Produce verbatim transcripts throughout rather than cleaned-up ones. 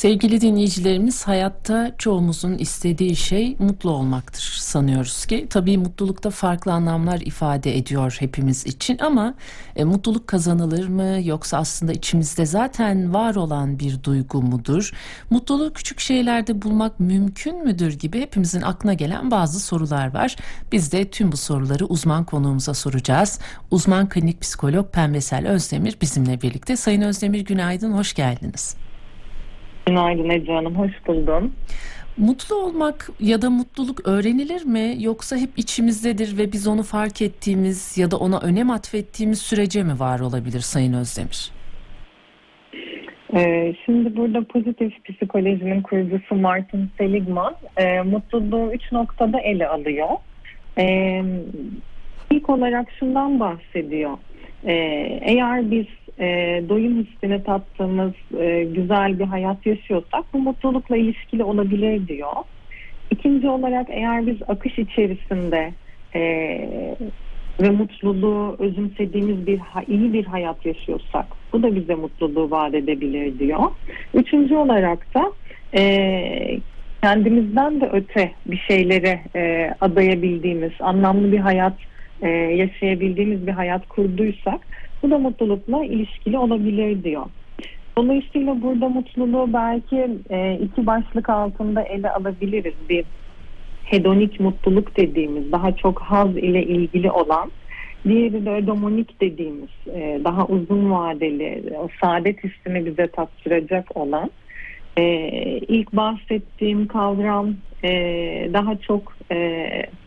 Sevgili dinleyicilerimiz, hayatta çoğumuzun istediği şey mutlu olmaktır sanıyoruz ki. Tabii mutlulukta farklı anlamlar ifade ediyor hepimiz için ama e, mutluluk kazanılır mı, yoksa aslında içimizde zaten var olan bir duygu mudur? Mutluluğu küçük şeylerde bulmak mümkün müdür gibi hepimizin aklına gelen bazı sorular var. Biz de tüm bu soruları uzman konuğumuza soracağız. Uzman klinik psikolog Pembesel Özdemir bizimle birlikte. Sayın Özdemir, günaydın, hoş geldiniz. Günaydın Ece Hanım, hoş buldum. Mutlu olmak ya da mutluluk öğrenilir mi, yoksa hep içimizdedir ve biz onu fark ettiğimiz ya da ona önem atfettiğimiz sürece mi var olabilir Sayın Özdemir? Ee, şimdi burada pozitif psikolojinin kurucusu Martin Seligman e, mutluluğu üç noktada ele alıyor. E, ilk olarak şundan bahsediyor. E, eğer biz e, doyum hissini tattığımız e, güzel bir hayat yaşıyorsak bu mutlulukla ilişkili olabilir diyor. İkinci olarak eğer biz akış içerisinde e, ve mutluluğu özümsediğimiz bir iyi bir hayat yaşıyorsak bu da bize mutluluğu vaat edebilir diyor. Üçüncü olarak da e, kendimizden de öte bir şeylere e, adayabildiğimiz, anlamlı bir hayat e, yaşayabildiğimiz bir hayat kurduysak bu da mutlulukla ilişkili olabilir diyor. Dolayısıyla burada mutluluğu belki e, iki başlık altında ele alabiliriz. Bir hedonik mutluluk dediğimiz, daha çok haz ile ilgili olan, diğeri de ödemonik dediğimiz, e, daha uzun vadeli, o saadet hissini bize tattıracak olan. E, ilk bahsettiğim kavram e, daha çok e,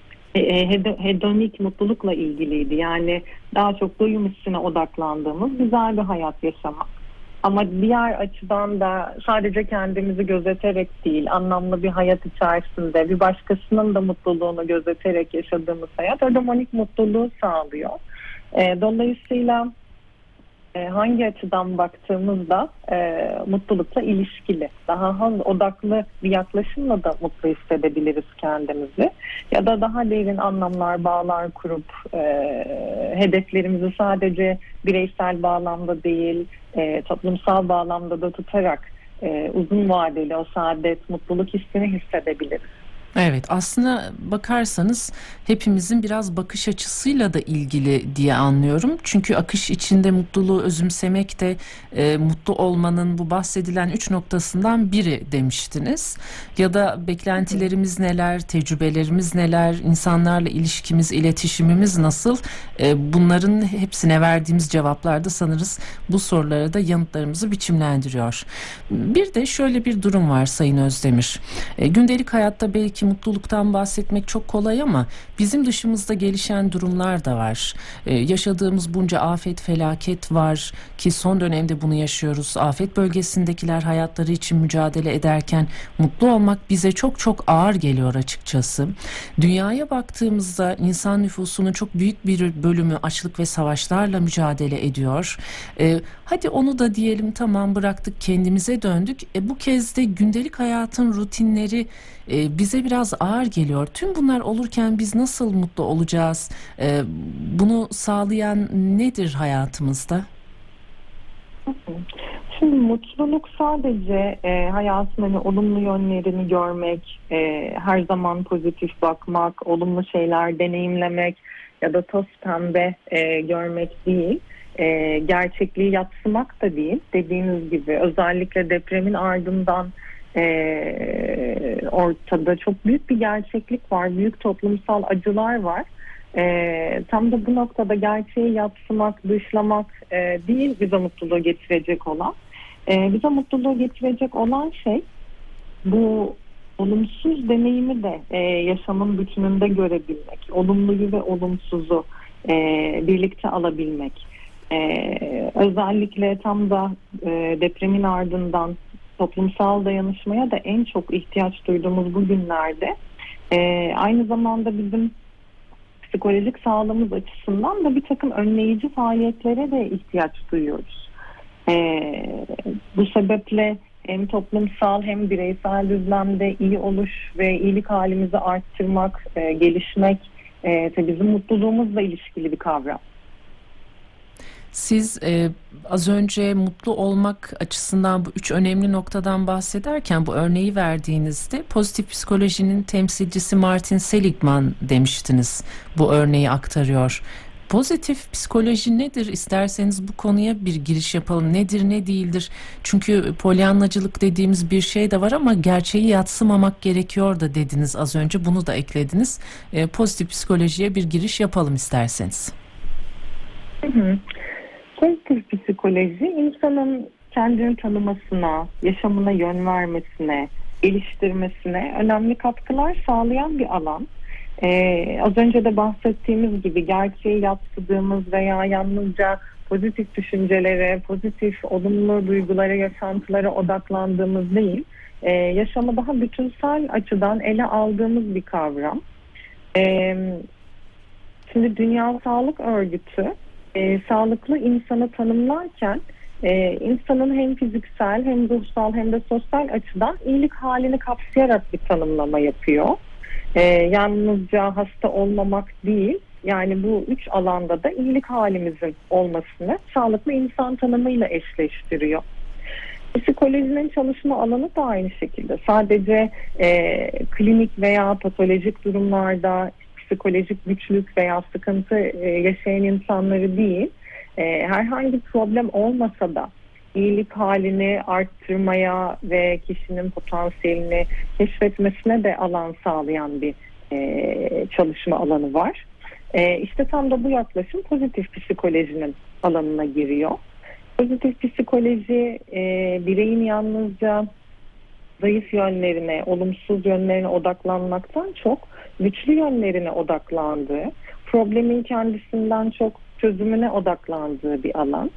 hedonik mutlulukla ilgiliydi. Yani daha çok doyum hissine odaklandığımız güzel bir hayat yaşamak. Ama diğer açıdan da sadece kendimizi gözeterek değil, anlamlı bir hayat içerisinde bir başkasının da mutluluğunu gözeterek yaşadığımız hayat ödemonik mutluluğu sağlıyor. E, dolayısıyla e, hangi açıdan baktığımızda e, mutlulukla ilişkili, daha haz odaklı bir yaklaşımla da mutlu hissedebiliriz kendimizi. Ya da daha derin anlamlar, bağlar kurup e, hedeflerimizi sadece bireysel bağlamda değil, e, toplumsal bağlamda da tutarak e, uzun vadeli o saadet, mutluluk hissini hissedebiliriz. Evet, aslında bakarsanız hepimizin biraz bakış açısıyla da ilgili diye anlıyorum. Çünkü akış içinde mutluluğu özümsemek de e, mutlu olmanın bu bahsedilen üç noktasından biri demiştiniz. Ya da beklentilerimiz neler, tecrübelerimiz neler, insanlarla ilişkimiz, iletişimimiz nasıl? E, bunların hepsine verdiğimiz cevaplarda sanırız bu sorulara da yanıtlarımızı biçimlendiriyor. Bir de şöyle bir durum var Sayın Özdemir. E, gündelik hayatta belki mutluluktan bahsetmek çok kolay ama bizim dışımızda gelişen durumlar da var. Ee, yaşadığımız bunca afet, felaket var ki son dönemde bunu yaşıyoruz. Afet bölgesindekiler hayatları için mücadele ederken mutlu olmak bize çok çok ağır geliyor açıkçası. Dünyaya baktığımızda insan nüfusunun çok büyük bir bölümü açlık ve savaşlarla mücadele ediyor. Ee, hadi onu da diyelim, tamam, bıraktık, kendimize döndük. E, bu kez de gündelik hayatın rutinleri e, bize biraz ağır geliyor. Tüm bunlar olurken biz nasıl mutlu olacağız? E, bunu sağlayan nedir hayatımızda? Şimdi mutluluk sadece e, hayatın hani olumlu yönlerini görmek, e, her zaman pozitif bakmak, olumlu şeyler deneyimlemek ya da toz pembe e, görmek değil. E, gerçekliği yadsımak da değil. Dediğiniz gibi özellikle depremin ardından e, ortada çok büyük bir gerçeklik var. Büyük toplumsal acılar var. E, tam da bu noktada gerçeği yadsımak, dışlamak e, değil bize mutluluğu getirecek olan. E, bize mutluluğu getirecek olan şey bu olumsuz deneyimi de e, yaşamın bütününde görebilmek. Olumluyu ve olumsuzu e, birlikte alabilmek. E, özellikle tam da e, depremin ardından toplumsal dayanışmaya da en çok ihtiyaç duyduğumuz bu günlerde e, aynı zamanda bizim psikolojik sağlığımız açısından da bir takım önleyici faaliyetlere de ihtiyaç duyuyoruz. Ee, bu sebeple hem toplumsal hem bireysel düzlemde iyi oluş ve iyilik halimizi arttırmak, e, gelişmek e, tabii bizim mutluluğumuzla ilişkili bir kavram. Siz e, az önce mutlu olmak açısından bu üç önemli noktadan bahsederken bu örneği verdiğinizde pozitif psikolojinin temsilcisi Martin Seligman demiştiniz. Bu örneği aktarıyor. Pozitif psikoloji nedir? İsterseniz bu konuya bir giriş yapalım. Nedir, ne değildir? Çünkü polyanlacılık dediğimiz bir şey de var ama gerçeği yadsımamak gerekiyor da dediniz az önce. Bunu da eklediniz. E, pozitif psikolojiye bir giriş yapalım isterseniz. Hı hı. Pozitif psikoloji insanın kendini tanımasına, yaşamına yön vermesine, geliştirmesine önemli katkılar sağlayan bir alan. Ee, az önce de bahsettiğimiz gibi gerçeği yadsıdığımız veya yalnızca pozitif düşüncelere, pozitif olumlu duygulara, yaşantılara odaklandığımız değil, ee, yaşamı daha bütünsel açıdan ele aldığımız bir kavram. Ee, şimdi Dünya Sağlık Örgütü e, sağlıklı insanı tanımlarken e, insanın hem fiziksel hem ruhsal hem de sosyal açıdan iyilik halini kapsayarak bir tanımlama yapıyor. Ee, yalnızca hasta olmamak değil, yani bu üç alanda da iyilik halimizin olmasını sağlıklı insan tanımıyla eşleştiriyor. Psikolojinin çalışma alanı da aynı şekilde. Sadece e, klinik veya patolojik durumlarda psikolojik güçlük veya sıkıntı e, yaşayan insanları değil, e, herhangi problem olmasa da iyilik halini arttırmaya ve kişinin potansiyelini keşfetmesine de alan sağlayan bir e, çalışma alanı var. E, işte tam da bu yaklaşım pozitif psikolojinin alanına giriyor. Pozitif psikoloji e, bireyin yalnızca zayıf yönlerine, olumsuz yönlerine odaklanmaktan çok güçlü yönlerine odaklandığı, problemin kendisinden çok çözümüne odaklandığı bir alan.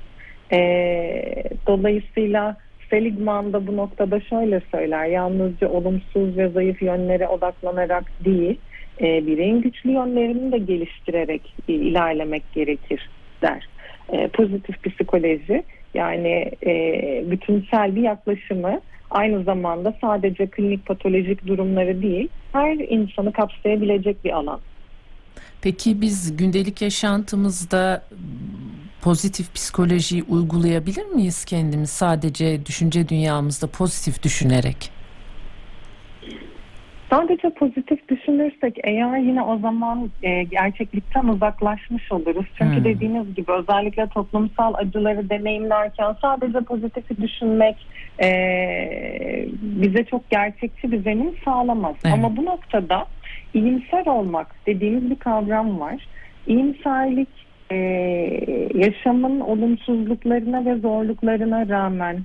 E, dolayısıyla Seligman da bu noktada şöyle söyler: yalnızca olumsuz ve zayıf yönlere odaklanarak değil, e, bireyin güçlü yönlerini de geliştirerek e, ilerlemek gerekir der. E, pozitif psikoloji yani e, bütünsel bir yaklaşımı, aynı zamanda sadece klinik patolojik durumları değil, her insanı kapsayabilecek bir alan. Peki biz gündelik yaşantımızda pozitif psikolojiyi uygulayabilir miyiz kendimiz, sadece düşünce dünyamızda pozitif düşünerek? Sadece pozitif düşünürsek eğer yine o zaman e, gerçeklikten uzaklaşmış oluruz. Çünkü hmm. dediğiniz gibi özellikle toplumsal acıları deneyimlerken sadece pozitifi düşünmek e, bize çok gerçekçi bir zemin sağlamaz. Evet. Ama bu noktada iyimser olmak dediğimiz bir kavram var. İyimserlik e, yaşamın olumsuzluklarına ve zorluklarına rağmen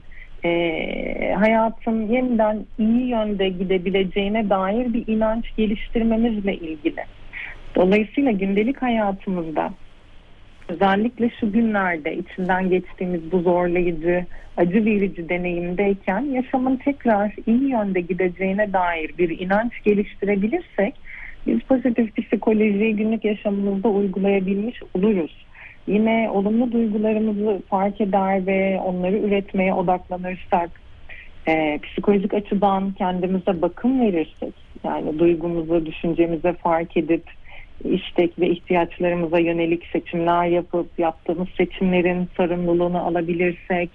E, hayatın yeniden iyi yönde gidebileceğine dair bir inanç geliştirmemizle ilgili. Dolayısıyla gündelik hayatımızda özellikle şu günlerde içinden geçtiğimiz bu zorlayıcı, acı verici deneyimdeyken yaşamın tekrar iyi yönde gideceğine dair bir inanç geliştirebilirsek biz pozitif psikolojiyi günlük yaşamımızda uygulayabilmiş oluruz. Yine olumlu duygularımızı fark eder ve onları üretmeye odaklanırsak, e, psikolojik açıdan kendimize bakım verirsek, yani duygumuzu, düşüncemize fark edip istek ve ihtiyaçlarımıza yönelik seçimler yapıp yaptığımız seçimlerin sorumluluğunu alabilirsek,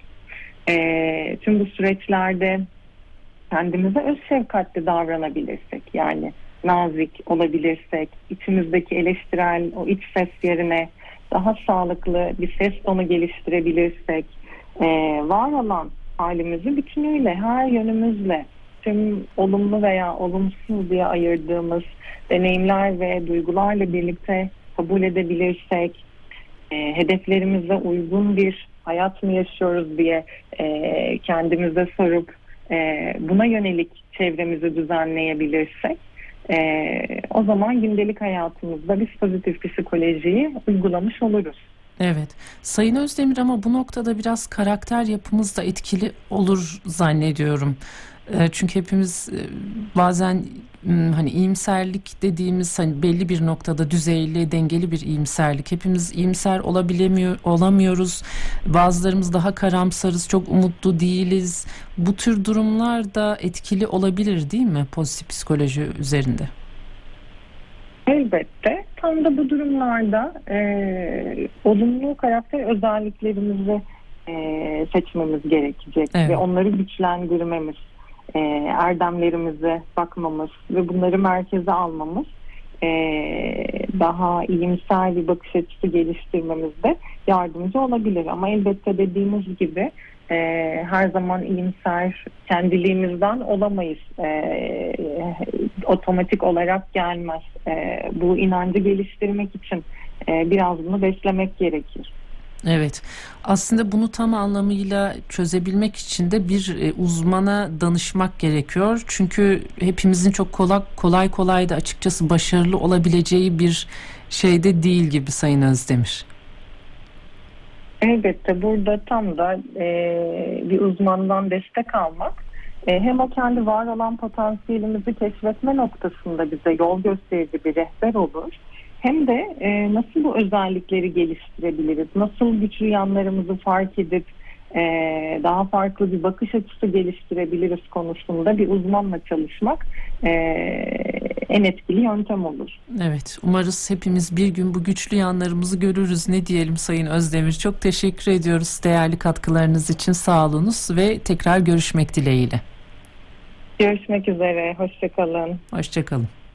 e, tüm bu süreçlerde kendimize öz şefkatli davranabilirsek, yani nazik olabilirsek, içimizdeki eleştirel o iç ses yerine daha sağlıklı bir ses tonu geliştirebilirsek, e, var olan halimizi bütünüyle, her yönümüzle, tüm olumlu veya olumsuz diye ayırdığımız deneyimler ve duygularla birlikte kabul edebilirsek, e, hedeflerimize uygun bir hayat mı yaşıyoruz diye e, kendimize sorup e, buna yönelik çevremizi düzenleyebilirsek, Ee, o zaman gündelik hayatımızda biz pozitif psikolojiyi uygulamış oluruz. Evet. Sayın Özdemir, ama bu noktada biraz karakter yapımız da etkili olur zannediyorum. E, çünkü hepimiz e, bazen m, hani iyimserlik dediğimiz, hani belli bir noktada düzeyli, dengeli bir iyimserlik. Hepimiz iyimser olabilemiyor, olamıyoruz. Bazılarımız daha karamsarız, çok umutlu değiliz. Bu tür durumlar da etkili olabilir değil mi pozitif psikoloji üzerinde? Elbette. Tam da bu durumlarda e, olumlu karakter özelliklerimizi e, seçmemiz gerekecek Evet. ve onları güçlendirmemiz, e, erdemlerimize bakmamız ve bunları merkeze almamız e, daha iyimser bir bakış açısı geliştirmemizde yardımcı olabilir. Ama elbette dediğimiz gibi e, her zaman iyimser kendiliğimizden olamayız. E, otomatik olarak gelmez. E, bu inancı geliştirmek için e, biraz bunu beslemek gerekir. Evet. Aslında bunu tam anlamıyla çözebilmek için de bir e, uzmana danışmak gerekiyor. Çünkü hepimizin çok kolay kolay kolay da açıkçası başarılı olabileceği bir şeyde değil gibi Sayın Özdemir. Elbette burada tam da e, bir uzmandan destek almak e, hem o kendi var olan potansiyelimizi keşfetme noktasında bize yol gösterici bir rehber olur. Hem de e, nasıl bu özellikleri geliştirebiliriz, nasıl güçlü yanlarımızı fark edip e, daha farklı bir bakış açısı geliştirebiliriz konusunda bir uzmanla çalışmak e, en etkili yöntem olur. Evet, umarız hepimiz bir gün bu güçlü yanlarımızı görürüz. Ne diyelim Sayın Özdemir? Çok teşekkür ediyoruz değerli katkılarınız için. Sağ olunuz ve tekrar görüşmek dileğiyle. Görüşmek üzere, hoşça kalın. Hoşça kalın.